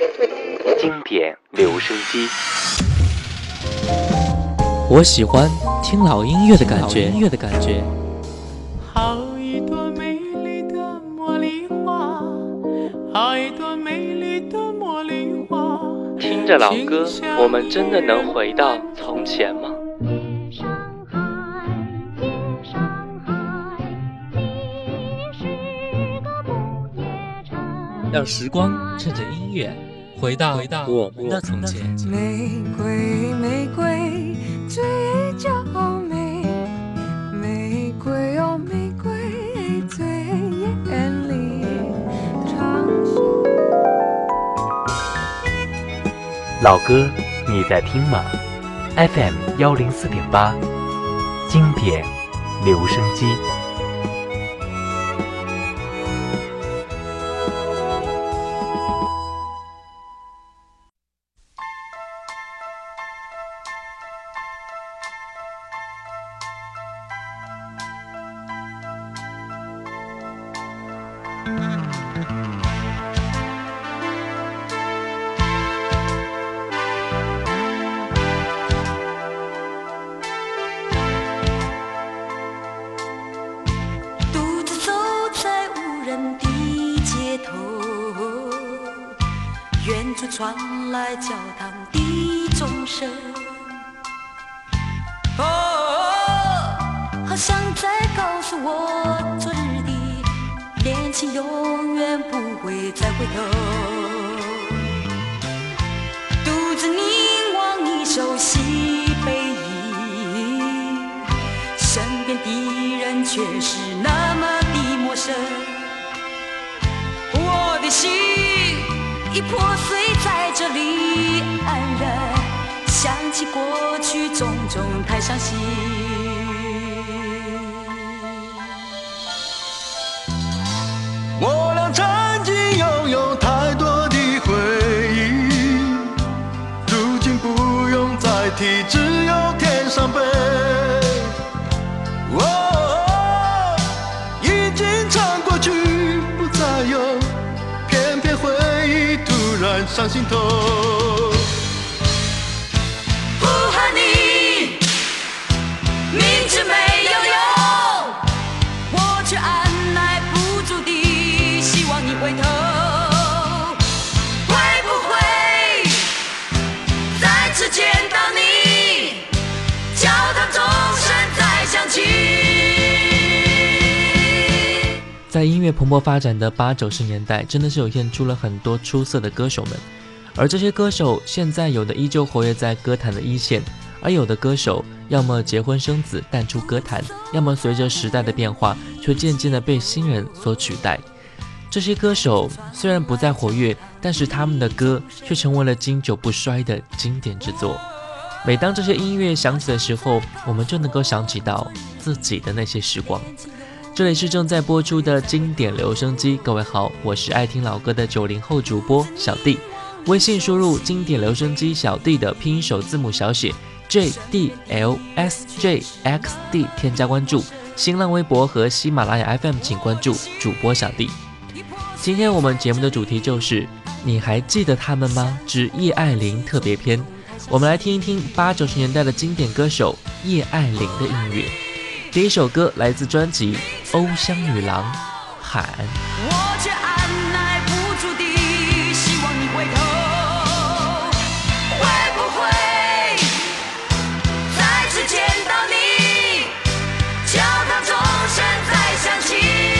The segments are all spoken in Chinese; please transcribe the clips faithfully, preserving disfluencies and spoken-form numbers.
经典留声机。 我喜欢听老音乐的感觉。音乐的感觉。 好一朵美丽的茉莉花，好一朵美丽的茉莉花。 听着老歌，我们真的能回到从前吗？ 让时光趁着音乐回到我们的从前。 玫瑰玫瑰最娇美，玫瑰哦玫瑰最艳丽。 老歌你在听吗？ F M 一零四点八，经典留声机。 传来教堂的钟声，哦，好像在告诉我，昨日的恋情永远不会再回头。独自凝望你熟悉背影，身边的人却是那么的陌生。我的心已破碎在这里黯然，想起过去种种太伤心。 我俩曾经拥有太多的回忆，如今不用再提，只有天上飞。哦，已经唱过去，不再有，偏偏回忆突然上心头。 呼喊你，明知没有用，我却按耐不住地希望你回头。会不会再次见到你，教堂钟声再响起。 在音乐蓬勃发展的八九十年代，真的是有现出了很多出色的歌手们，而这些歌手现在有的依旧活跃在歌坛的一线，而有的歌手要么结婚生子淡出歌坛，要么随着时代的变化却渐渐的被新人所取代。这些歌手虽然不再活跃，但是他们的歌却成为了经久不衰的经典之作。每当这些音乐响起的时候，我们就能够想起到自己的那些时光。这里是正在播出的经典留声机，各位好，我是爱听老歌的九零后主播小弟。微信输入经典留声机小弟的拼音首字母小写 J D L S J X D 添加关注。新浪微博和喜马拉雅 F M 请关注主播小弟。今天我们节目的主题就是你还记得他们吗之叶爱玲特别篇。我们来听一听八九十年代的经典歌手叶爱玲的音乐。第一首歌来自专辑《欧香女郎》，喊。 我却按耐不住地希望你回头，会不会再次见到你，教堂钟声再响起。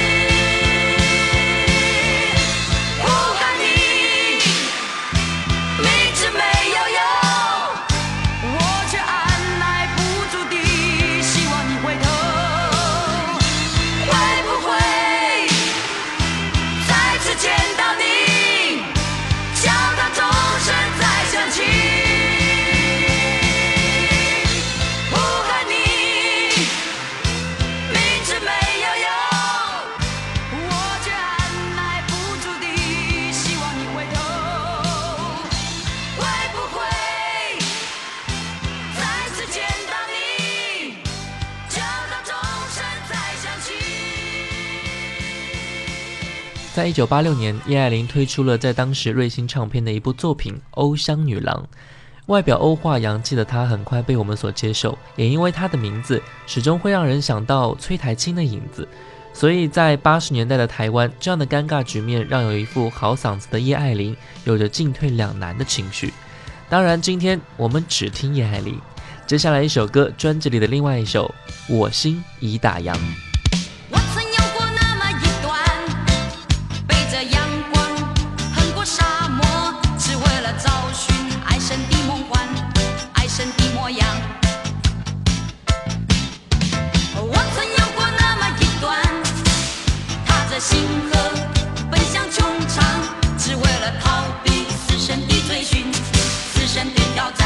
呼喊你，明知没有用，我却按耐不住地希望你回头。会不会再在一九八六年，叶爱玲推出了在当时瑞星唱片的一部作品《欧香女郎》。外表欧化洋气的她很快被我们所接受，也因为她的名字始终会让人想到崔台青的影子，所以在八十年代的台湾，这样的尴尬局面让有一副好嗓子的叶爱玲有着进退两难的情绪。当然，今天我们只听叶爱玲。接下来一首歌，专辑里的另外一首《我心已打烊》。 我曾有过那么一段，背着阳光，横过沙漠，只为了找寻爱神的梦幻，爱神的模样。我曾有过那么一段，踏着星河，奔向穹苍，只为了逃避死神的追寻，死神的挑战。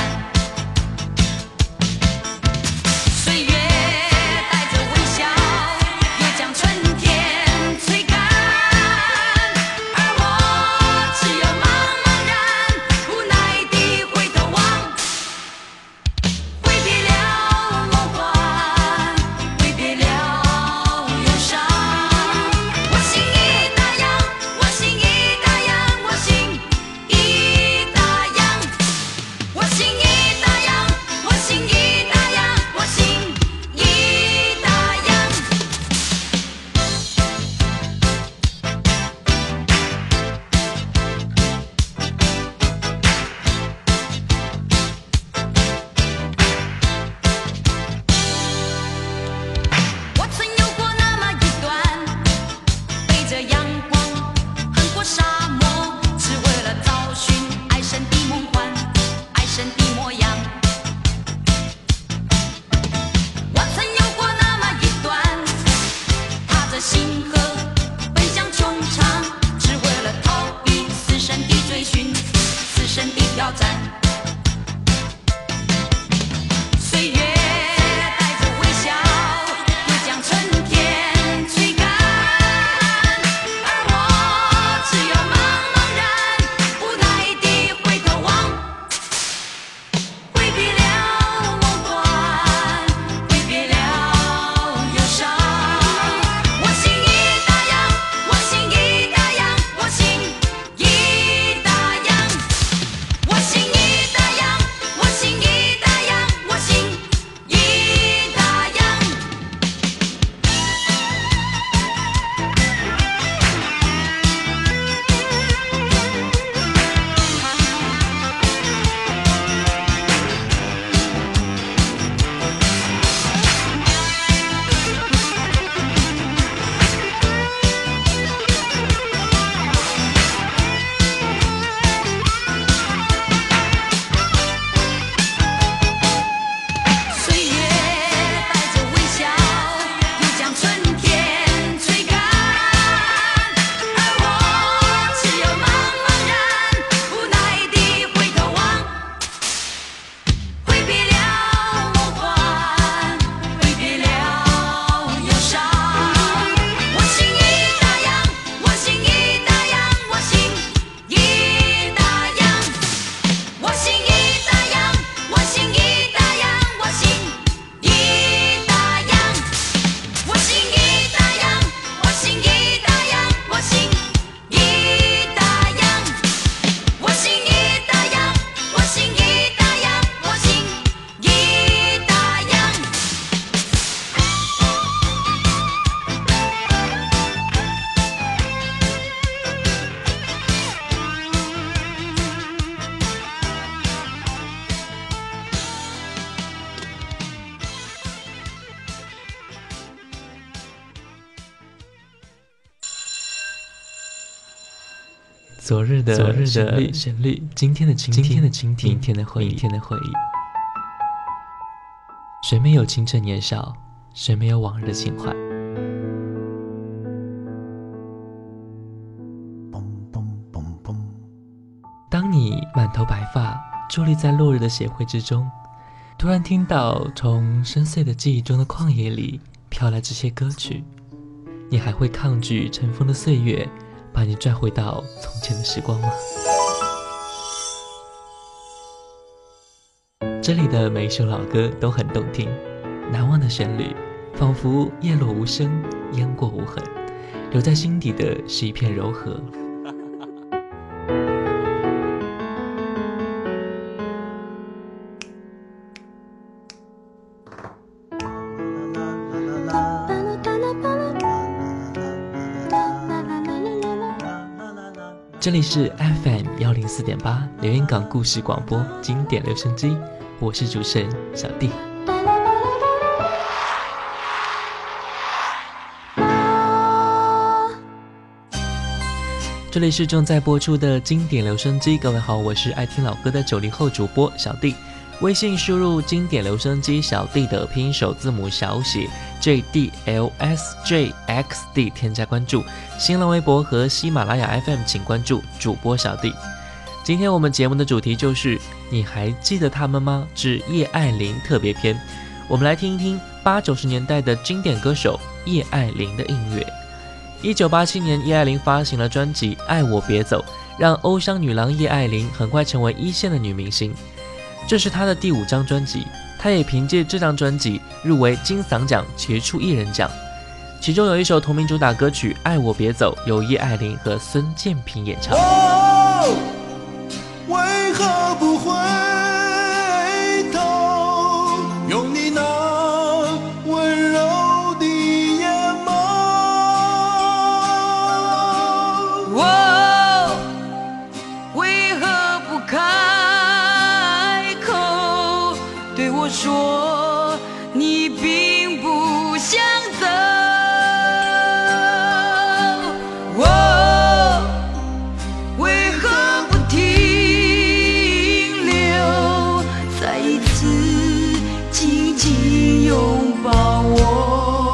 岁月带着微笑，也将春天吹干，而我只有茫茫然无奈地回头望，挥别了梦幻，挥别了忧伤。我心已打烊，我心已打烊，我心已打烊，我心已打烊，我心已打烊，我心已打烊。我曾有过那么一段，背着阳光，横过沙漠，只为了找寻爱神的梦幻，爱神的模样。我曾有过那么一段，踏着星河，奔向穹苍，只为了逃避死神的追寻，死神的挑战。岁月带着微笑，也将春天吹干，而我只有茫茫然无奈地回头望，挥别了梦幻，挥别了忧伤。我心已打烊，我心已打烊，我心已打烊，我心已打烊，我心已打烊，我心已打烊。岁月带着微笑，也将春天吹干，而我只有茫茫然无奈地回头望，挥别了梦幻，挥别了忧伤。我心已打烊，我心已打烊，我心已打烊，我心已打烊，我心已打烊，我心已打烊，我心已打烊，我心已打烊，我心已打烊，我心已打烊，我心已打烊，我心已打烊。 昨日的昨日的旋律，旋律，今天的倾听，今天的倾听，明天的回忆，明天的回忆。谁没有青春年少？谁没有往日的情怀？当你满头白发，伫立在落日的协会之中，突然听到从深邃的记忆中的旷野里飘来这些歌曲，你还会抗拒尘封的岁月把你拽回到从前的时光吗？这里的每一首老歌都很动听，难忘的旋律，仿佛叶落无声，烟过无痕， 留在心底的是一片柔和。这里是 F M 一零四点八连云港故事广播经典留声机，我是主持人小弟。这里是正在播出的经典留声机，各位好，我是爱听老歌的九零后主播小弟。微信输入经典留声机小弟的拼音首字母小写 J D L S J X D 添加关注，新浪微博和喜马拉雅 F M 请关注主播小弟。今天我们节目的主题就是你还记得他们吗？致叶爱玲特别篇。我们来听一听八九十年代的经典歌手叶爱玲的音乐。一九八七年，叶爱玲发行了专辑《爱我别走》，让欧香女郎叶爱玲很快成为一线的女明星。这是她的第五张专辑，她也凭借这张专辑入围金嗓奖杰出艺人奖，其中有一首同名主打歌曲《爱我别走》，由叶爱玲和孙建平演唱。 哦，为何不回头，用你那温柔的眼眸？ 哦，为何不开口对我说你并不想走？哦，为何不停留，再一次紧紧拥抱我？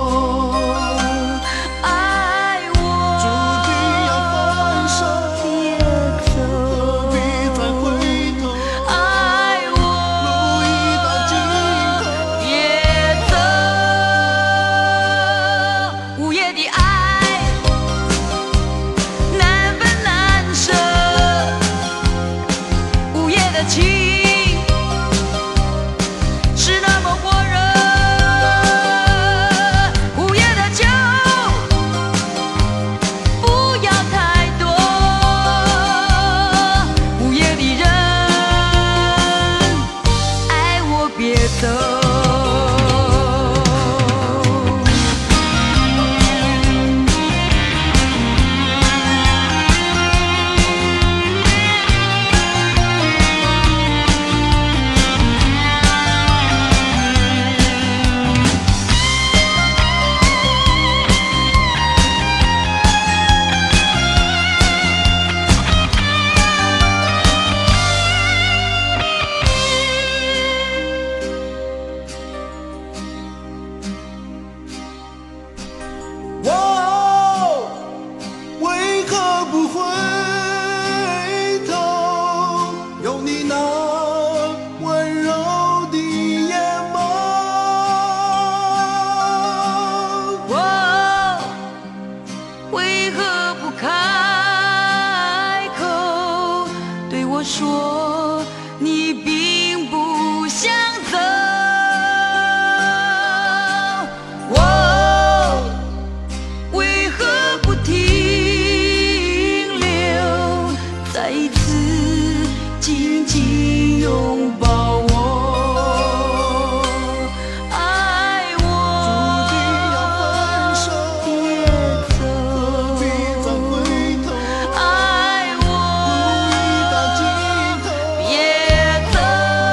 爱我， 注定要分手， 别何必走。 再回头？ 爱我， 路已到尽头。 别走。午夜的爱难分难舍，午夜的情是那么火热，午夜的酒不要太多，午夜的人爱我别走。 哦，为何不回头，用你那温柔的眼眸？ 哦，为何不开口对我说你并不想走？哦，为何不停留，再一次紧紧拥抱我？爱我， 注定要分手， 别何必再走。 回头？ 爱路我， 已到尽头。 别走。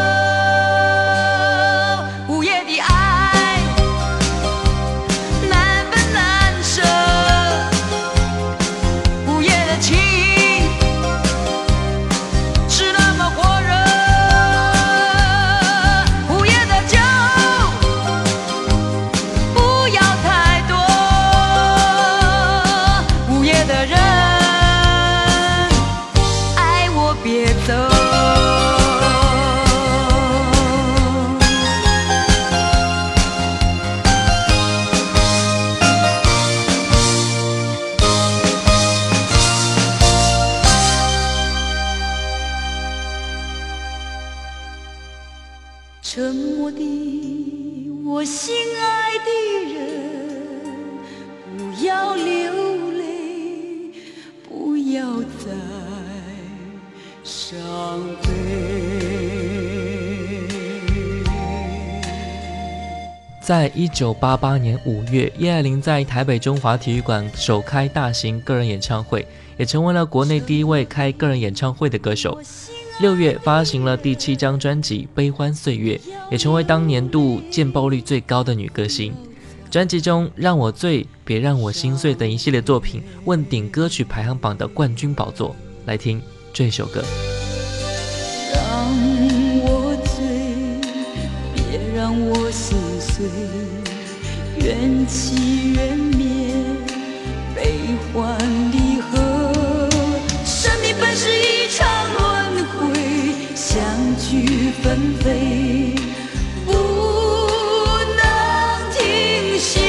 午夜的爱难分难舍，午夜的情是那么火热，午夜的酒不要太多，午夜的人爱我别走。沉默的我心爱的人，不要流要再伤悲。 在一九八八年五月，叶爱玲在台北中华体育馆首开大型个人演唱会，也成为了国内第一位开个人演唱会的歌手。六月发行了第七张专辑《悲欢岁月》，也成为当年度见报率最高的女歌星。专辑中《让我醉，别让我心碎》等一系列作品问鼎歌曲排行榜的冠军宝座。来听这首歌。 让我醉，别让我心碎，缘起缘灭，悲欢离合，生命本是一场轮回，相聚纷飞，不能停歇。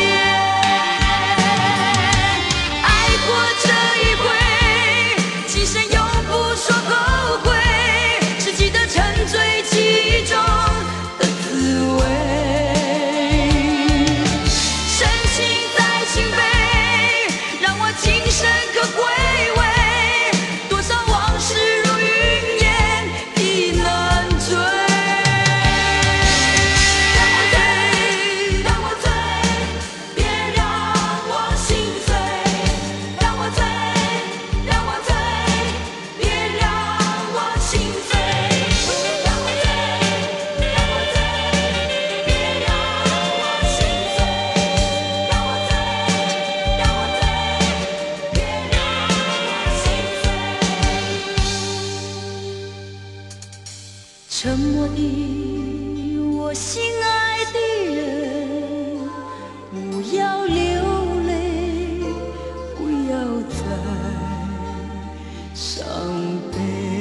爱过这一回，今生永不说后悔，只记得沉醉其中的滋味。深情在心扉，让我情深刻回味，多少往事如云烟，已难追。让我醉，让我醉，别让我心碎。让我醉，让我醉，别让我心碎。让我醉，让我醉，别让我心碎。让我醉，让我醉，别让我心碎。沉默的我心爱的人，不要流泪，不要再伤悲。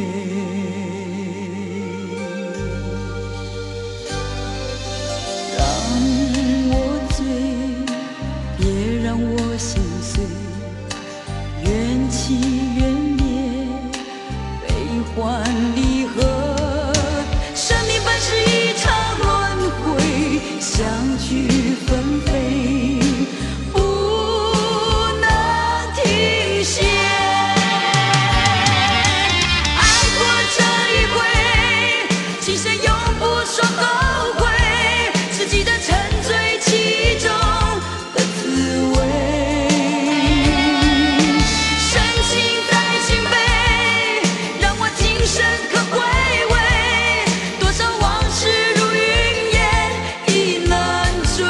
让我醉，别让我心碎，缘起缘灭，悲欢离合，生命本是一场轮回，相聚纷飞，不能停歇。爱过这一回，今生永不说后悔，只记得沉醉其中的滋味。深情在心扉，让我情深刻回味，多少往事如云烟，已难追。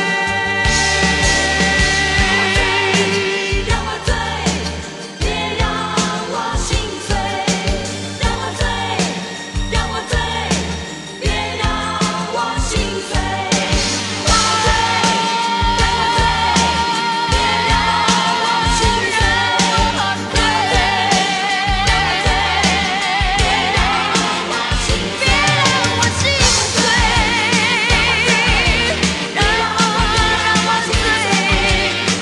让我醉，别让我心碎。让我醉，让我醉，别让我心碎。让我醉，让我醉，别让我心碎。让我醉，让我醉，别让我心，别让我心碎。让我让我醉，让我醉，让我醉，别让我心，别让我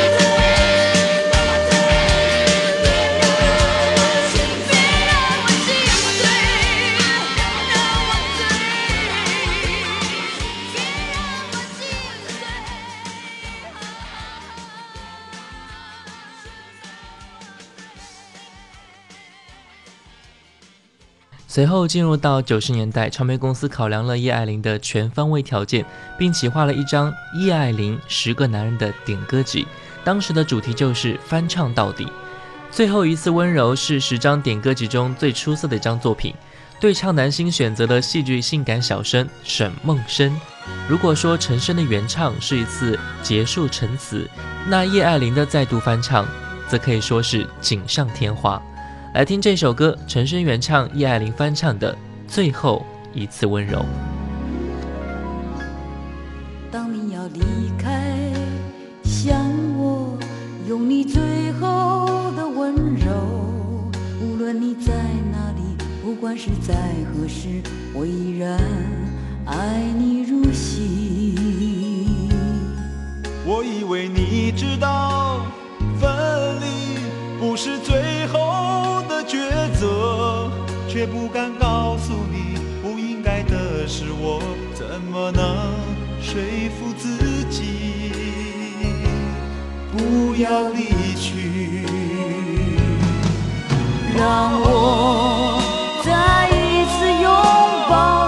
随后进入到九十年代，唱片公司考量了叶爱玲的全方位条件，并企划了一张叶爱玲十个男人的点歌集。当时的主题就是翻唱到底。最后一次温柔是十张点歌集中最出色的一张作品。对唱男星选择了戏剧性感小生沈梦生。如果说陈升的原唱是一次结束陈词，那叶爱玲的再度翻唱则可以说是锦上添花。来听这首歌，陈升原唱，叶爱玲翻唱的《最后一次温柔》。 当你要离开，向我用你最后的温柔，无论你在哪里，不管是在何时，我依然爱你如昔。 我以为你知道，分离不是最后的抉择，却不敢告诉你，不应该的是我，怎么能说服自己不要离去？ 让我再一次拥抱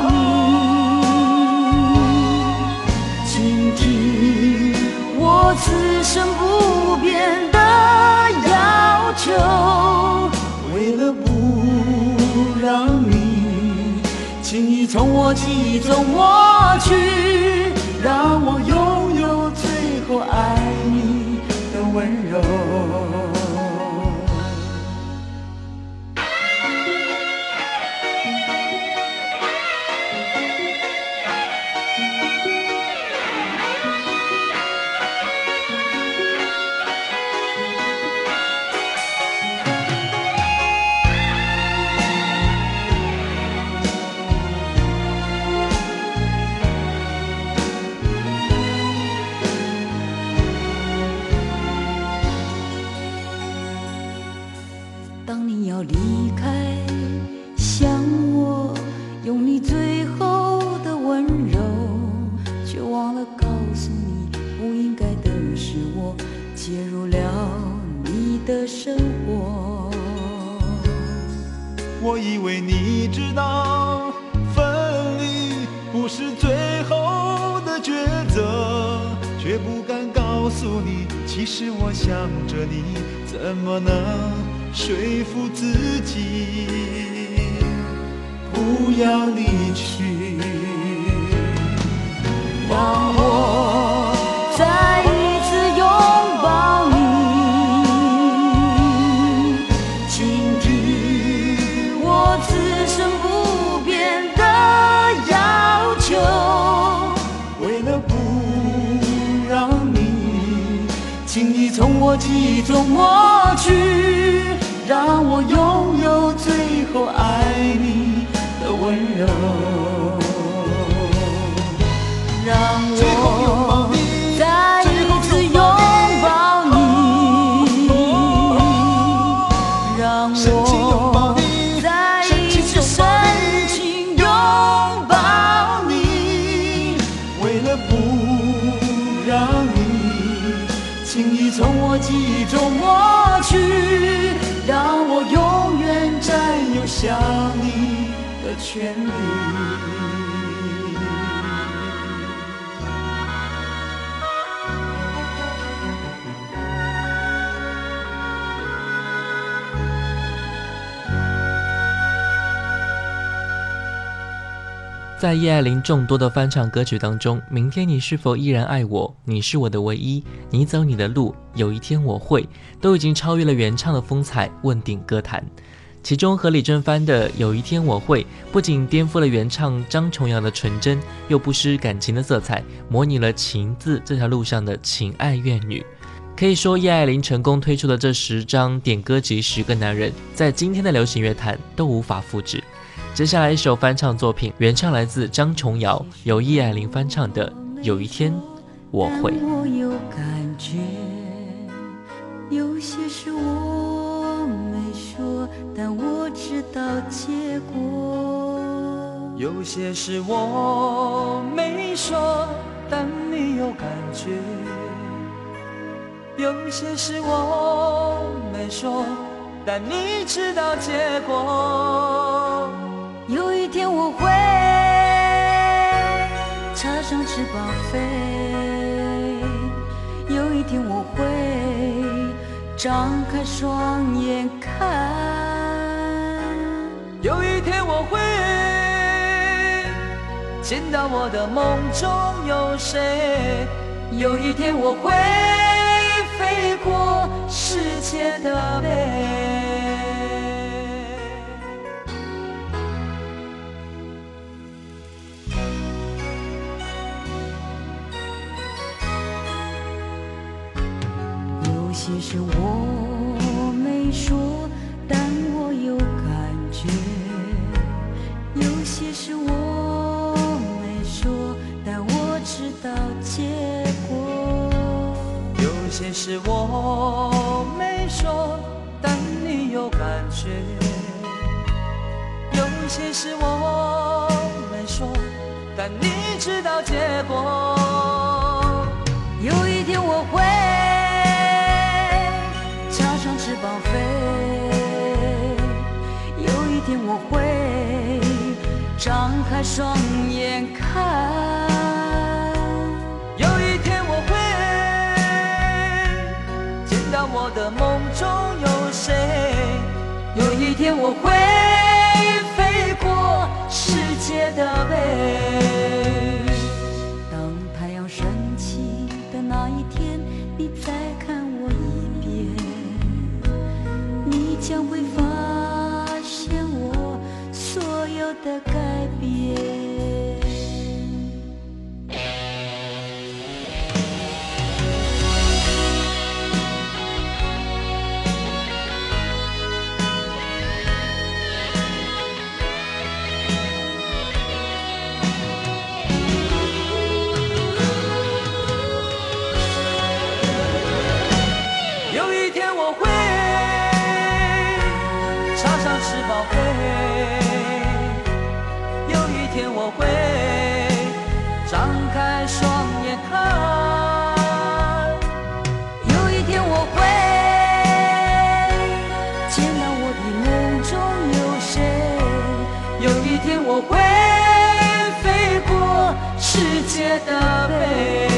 你，倾听我此生不变的要求， 为了不让你轻易从我记忆中抹去，让我拥有最后爱你的温柔。 当你要离开，想我，用你最后的温柔，却忘了告诉你，不应该的是我介入了你的生活。 我以为你知道，分离不是最后的抉择，却不敢告诉你，其实我想着你，怎么能说服自己不要离去， 让我再一次拥抱你，倾听我此生不变的要求， 为了不让你轻易从我记忆中抹去，让我拥有最后爱你的温柔， 让我再一次拥抱你，让我再一次深情拥抱你， 为了不让你轻易从我记忆中抹去，让我永远占有想你的权利。 在叶爱玲众多的翻唱歌曲当中，明天你是否依然爱我，你是我的唯一，你走你的路，有一天我会，都已经超越了原唱的风采，问鼎歌坛。其中和李正帆的有一天我会不仅颠覆了原唱张崇阳的纯真，又不失感情的色彩，模拟了情字这条路上的情爱怨女。可以说叶爱玲成功推出的这十张点歌集十个男人，在今天的流行乐坛都无法复制。接下来一首翻唱作品，原唱来自张崇尧，由叶爱玲翻唱的有一天我会。 我有感觉，有些事我没说，但我知道结果。 有些事我没说，但你有感觉，有些事我没说，但你知道结果。 有一天我会插上翅膀飞，有一天我会张开双眼看， 有一天我会见到我的梦中有谁， 有一天我会飞过世界的美。有些事我没说，但我有感觉，有些事我没说，但我知道结果。 有些事我没说，但你有感觉，有些事我没说，但你知道结果。 有一天我会插上翅膀飞， 张开双眼看。有一天我会见到我的梦中有谁，有一天我会飞过世界的背。当太阳升起的那一天，你再看我一遍，你将会发现我所有的改变。有一天我会插上翅膀飞，有一天我会张开双眼看，有一天我会见到我的梦中有谁，有一天我会飞过世界的背。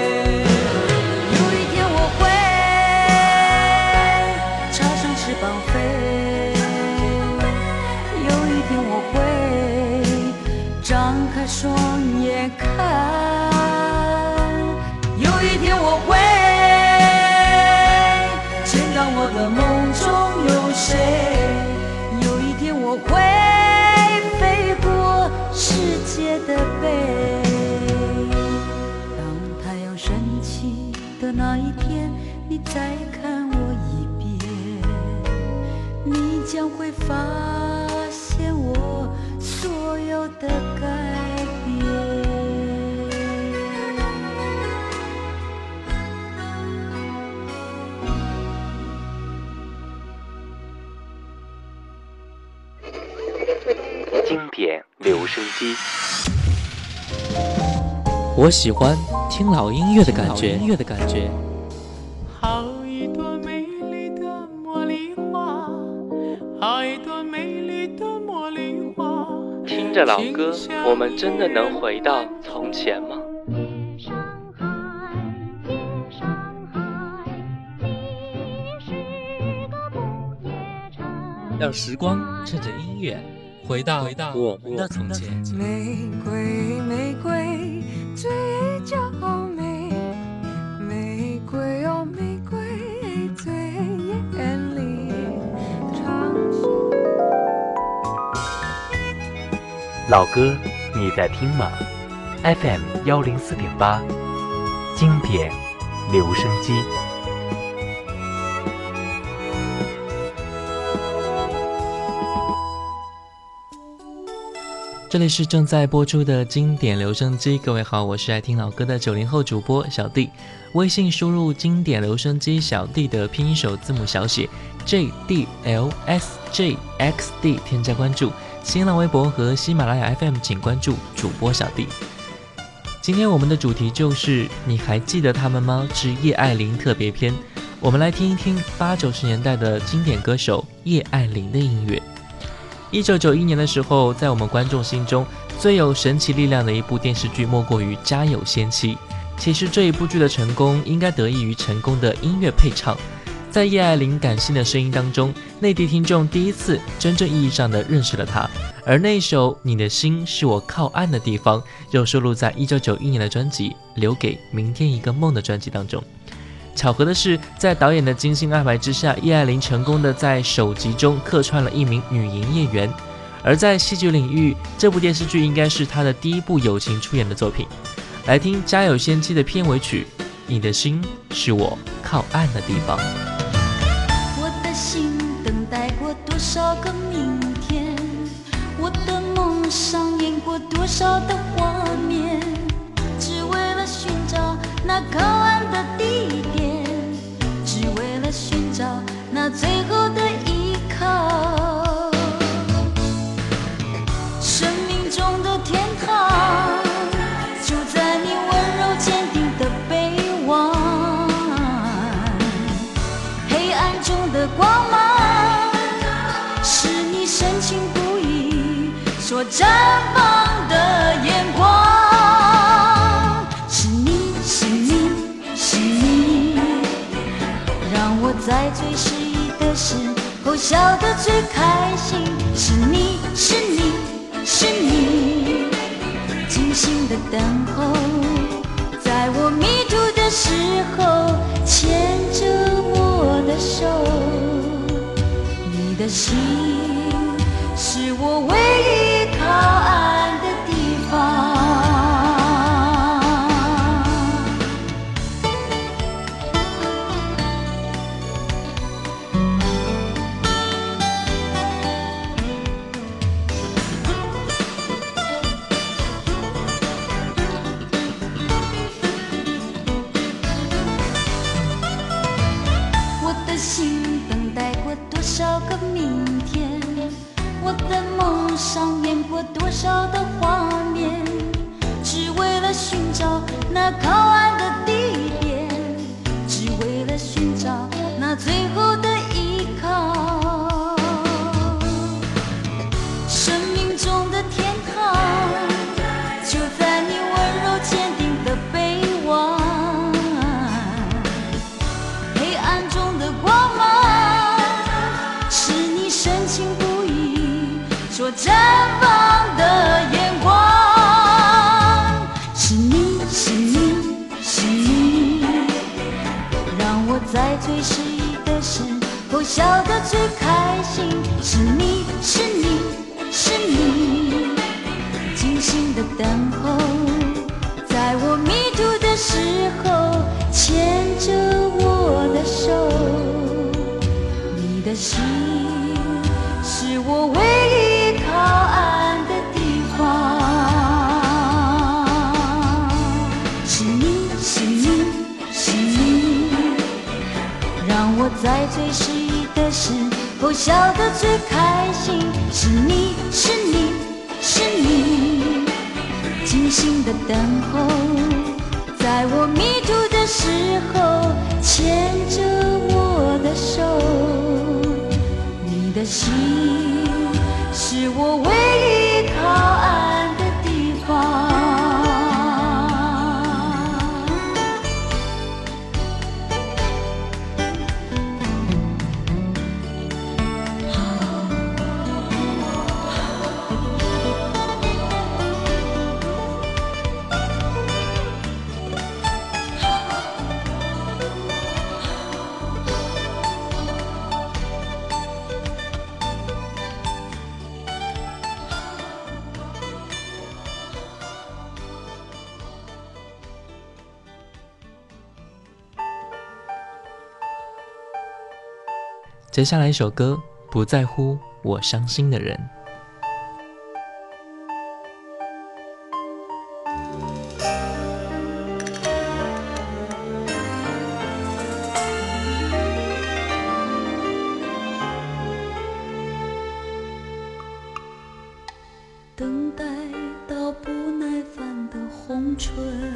双眼看，有一天我会见到我的梦中有谁，有一天我会飞过世界的背。当太阳升起的那一天，你再看我一遍，你将会发现我所有的改变。 经典留声机， 我喜欢听老音乐的感觉。音乐的感觉。 好一朵美丽的茉莉花，好一朵美丽的茉莉花。 听着老歌，我们真的能回到从前吗？让时光趁着音乐回到回到我们的从前。 玫瑰玫瑰最娇美，玫瑰哦玫瑰最艳丽。 老歌你在听吗？ F M 幺零四点八，经典留声机。 这里是正在播出的经典留声机，各位好，我是爱听老歌的九零后主播小弟。微信输入经典留声机小弟的拼音首字母小写 J D L S J X D 添加关注，新浪微博和喜马拉雅 F M 请关注主播小弟。今天我们的主题就是你还记得他们吗？之叶爱玲特别篇。我们来听一听八九十年代的经典歌手叶爱玲的音乐。一九九一年的时候，在我们观众心中最有神奇力量的一部电视剧莫过于《家有仙妻》。其实这一部剧的成功应该得益于成功的音乐配唱。在叶爱玲感性的声音当中，内地听众第一次真正意义上的认识了她。而那首《你的心是我靠岸的地方》又收录在一九九一年的专辑《留给明天一个梦》的专辑当中。巧合的是，在导演的精心安排之下，叶爱玲成功的在首集中客串了一名女营业员。而在戏剧领域，这部电视剧应该是她的第一部友情出演的作品。来听《家有仙妻》的片尾曲《你的心是我靠岸的地方》。 我的心等待过多少个明天，我的梦上演过多少的画面，只为了寻找那靠岸的地点，只为了寻找那最后的依靠。生命中的天堂就在你温柔坚定的臂弯，黑暗中的光芒是你深情不移所绽放的眼光。是你是你是你，让我在最失意的时候笑得最开心。是你是你是你，精心的等候，在我迷途的时候牵着我的手。你的心是我唯一靠岸的地方。我的心等待过多少个明天，我的梦上演过多少的画面，只为了寻找那靠岸的地点，只为了寻找那最后的依靠。生命中的天堂就在你温柔坚定的臂弯，黑暗中的光芒是你深情不移所绽放的眼光。是你是你是你，让我在最失意的时候笑得最开心。是你是你是你，精心的等候，在我迷途的时候牵着我的手。你的心是我唯一靠岸的地方。是你是你是你，让我在最失意的时候笑得最开心。是你是你是你，精心的等候，在我迷途的时候牵着我的手。你的心是我唯一靠岸的地方。 接下来一首歌，不在乎我伤心的人。 等待到不耐烦的红唇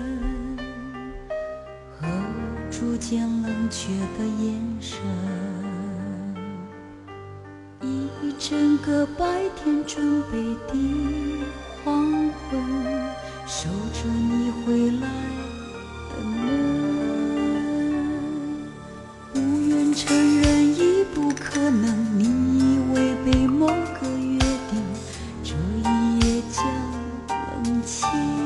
和逐渐冷却的眼神，一整个白天准备的黄昏，守着你回来的门。不愿承认已不可能，你以为被某个约定，这一夜将冷清。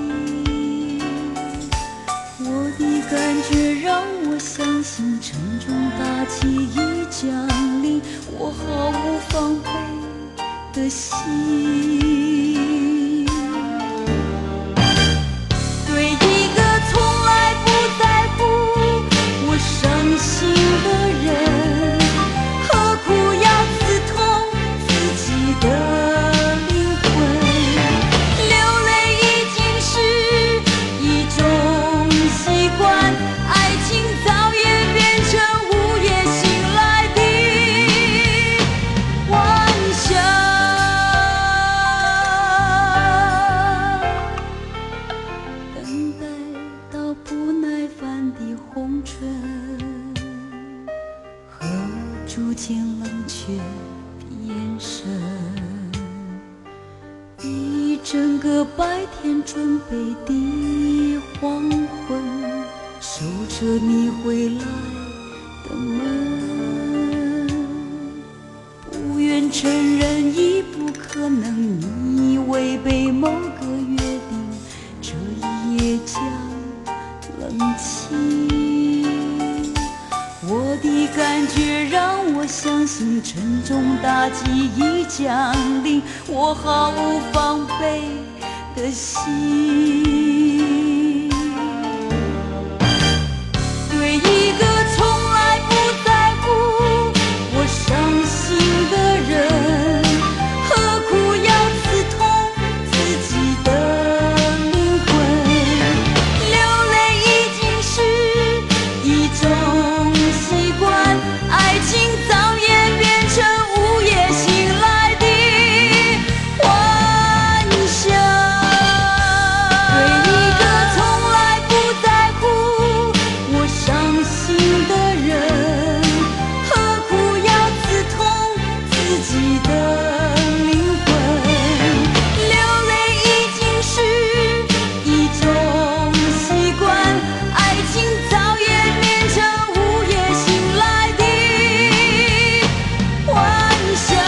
我的感觉让我相信沉重大气已降临，我毫无防备的心。对一个从来不在乎我伤心的人，何苦要刺痛自己的灵魂？流泪已经是一种习惯，爱情早已变成午夜醒来的玩笑。 整个白天准备的黄昏，守着你回来的门，不愿承认已不可能，你违背某个约定，这一夜将冷清。我的感觉让我相信沉重大击已降临，我毫无防备的心，对一个从来不在乎我伤心的人，何苦要刺痛自己的灵魂？流泪已经是一种习惯，爱情早演变成午夜醒来的幻想。对一个从来不在乎我伤心的人，何苦要刺痛自己的灵魂？流泪已经是一种习惯，爱情早演变成午夜醒来的幻想。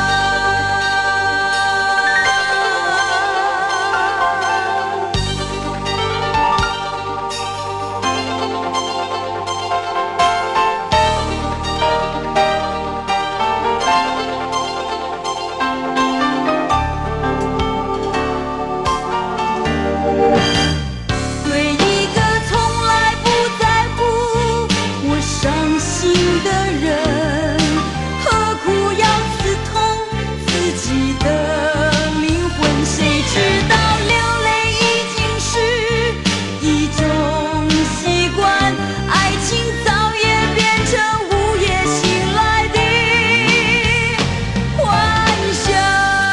对一个从来不在乎我伤心的人，何苦要刺痛自己的灵魂？谁知道流泪已经是一种习惯，爱情早演变成午夜醒来的幻想。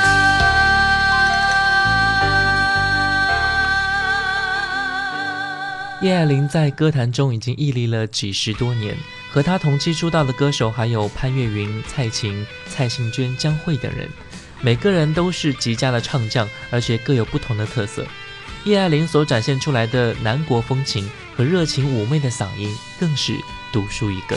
叶爱玲在歌坛中已经屹立了几十多年，和她同期出道的歌手还有潘越云、蔡琴、蔡幸娟、江蕙等人，每个人都是极佳的唱将，而且各有不同的特色。叶爱玲所展现出来的南国风情和热情妩媚的嗓音，更是独树一格。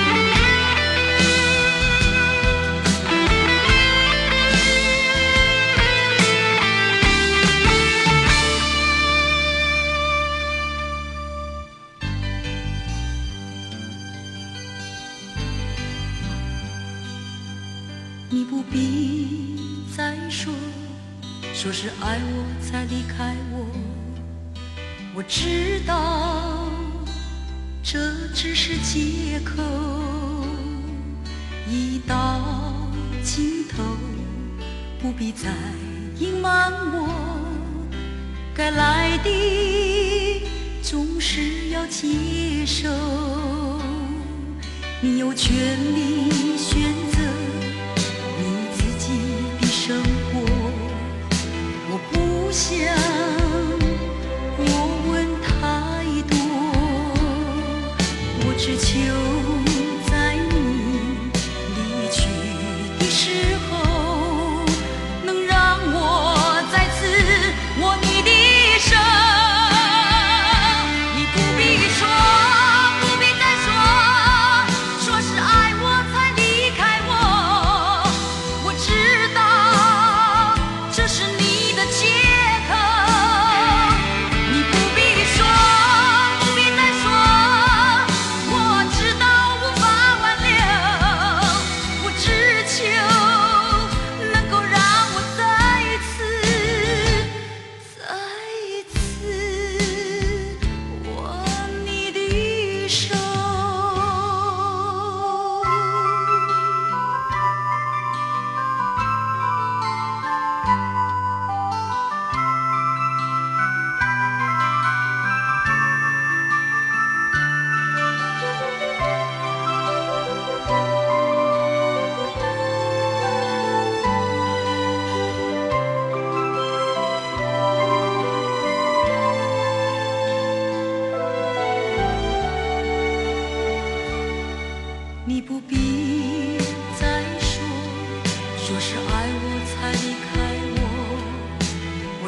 你不必再说，说是爱我才离开我，我知道这只是借口，一到尽头，不必再隐瞒我，该来的总是要接受，你有权利选择生活，我不想过问太多，我只求在你离去的时候，能让我再次握你的手。你不必说，不必再说，说是爱我才离开我，我知道这是你的借口，你不必说，不必再说，我知道无法挽留，我只求能够让我再一次，再一次握你的手。你不必再说，说是爱我才离开我，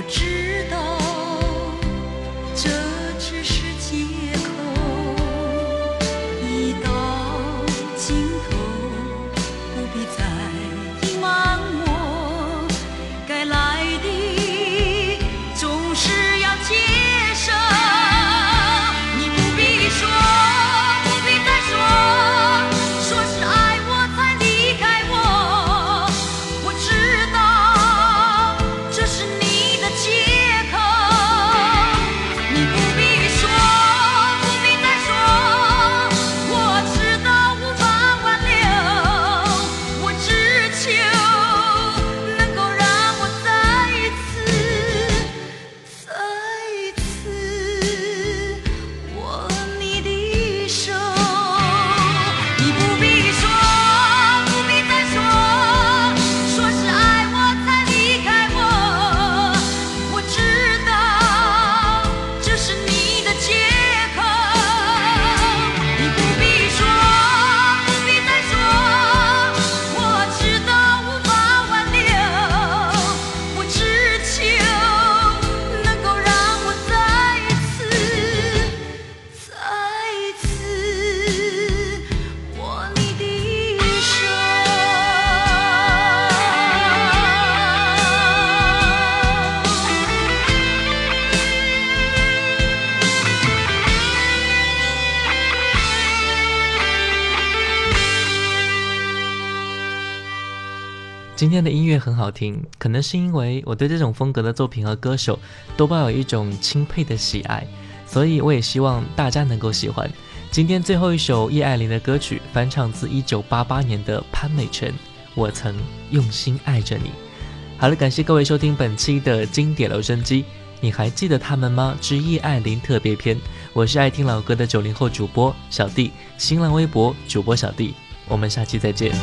今天的音乐很好听，可能是因为我对这种风格的作品和歌手都抱有一种钦佩的喜爱，所以我也希望大家能够喜欢。今天最后一首叶爱玲的歌曲，翻唱自一九八八年的潘美辰，我曾用心爱着你。好了，感谢各位收听本期的经典留声机，你还记得他们吗？之叶爱玲特别篇，我是爱听老歌的九零后主播小弟，新浪微博主播小弟，我们下期再见。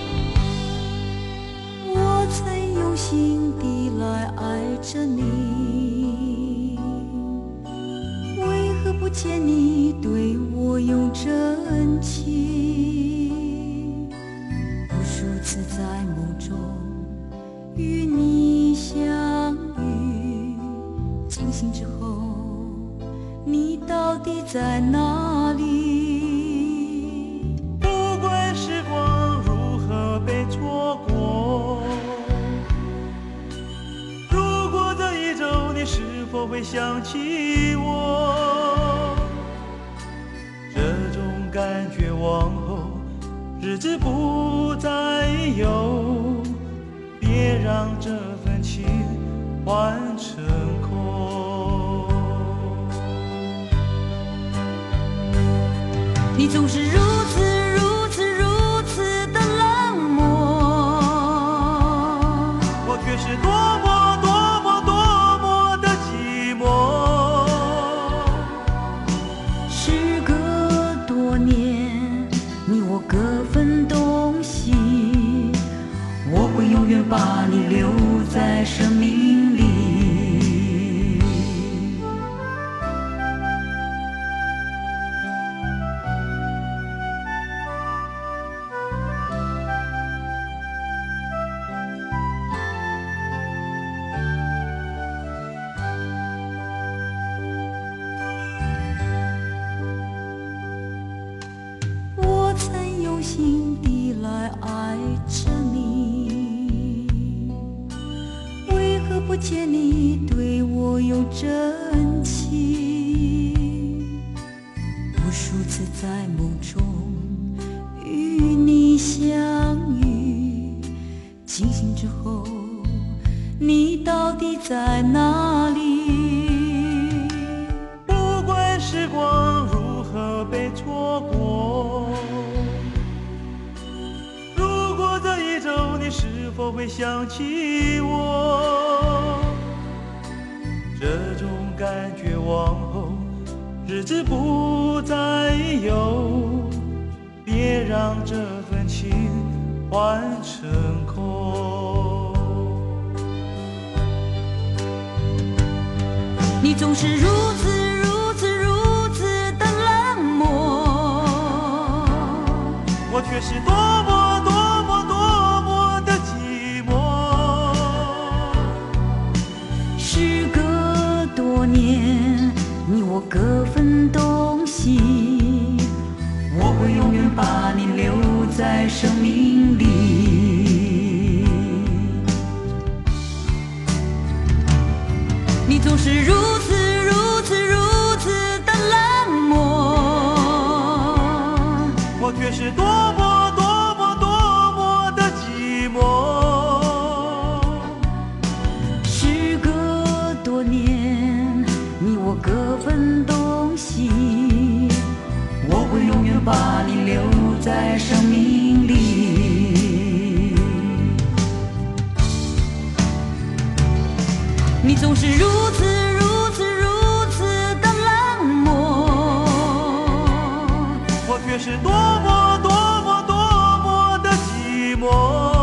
我曾用心地来爱着你，为何不见你对我用真情？无数次在梦中与你相遇，惊醒之后，你到底在哪里？ 不管时光如何被错过，如果这一周你是否会想起我？这种感觉往后日子不再有，别让这份情换成空。 你总是如此如此如此的冷漠， 我却是多么多么多么的寂寞。 时隔多年，你我各分东西，我会永远把你留在生命里。我曾用心地来爱着你，为何不见你对我有真情？无数次在梦中与你相遇，惊醒之后，你到底在哪里？ 不管时光如何被错过，如果这一周你是否会想起我？这种感觉往后日子不再有，别让这份情换成空。 你总是如此如此如此的冷漠， 我却是多么多么多么的寂寞。 时隔多年，你我各分东西，我会永远把你留在生命里。你总是如此如此如此的冷漠， 我却是多么多么多么的寂寞。 时隔多年，你我各分东西，我会永远把你留在生命里。你总是如此如此如此的冷漠， 我却是多么多么多么的寂寞。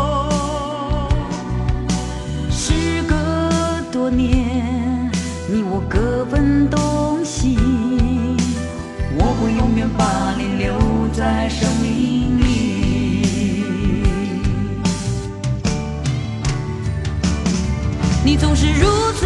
时隔多年，你我各分东西，我会永远把你留在生命里。你总是如此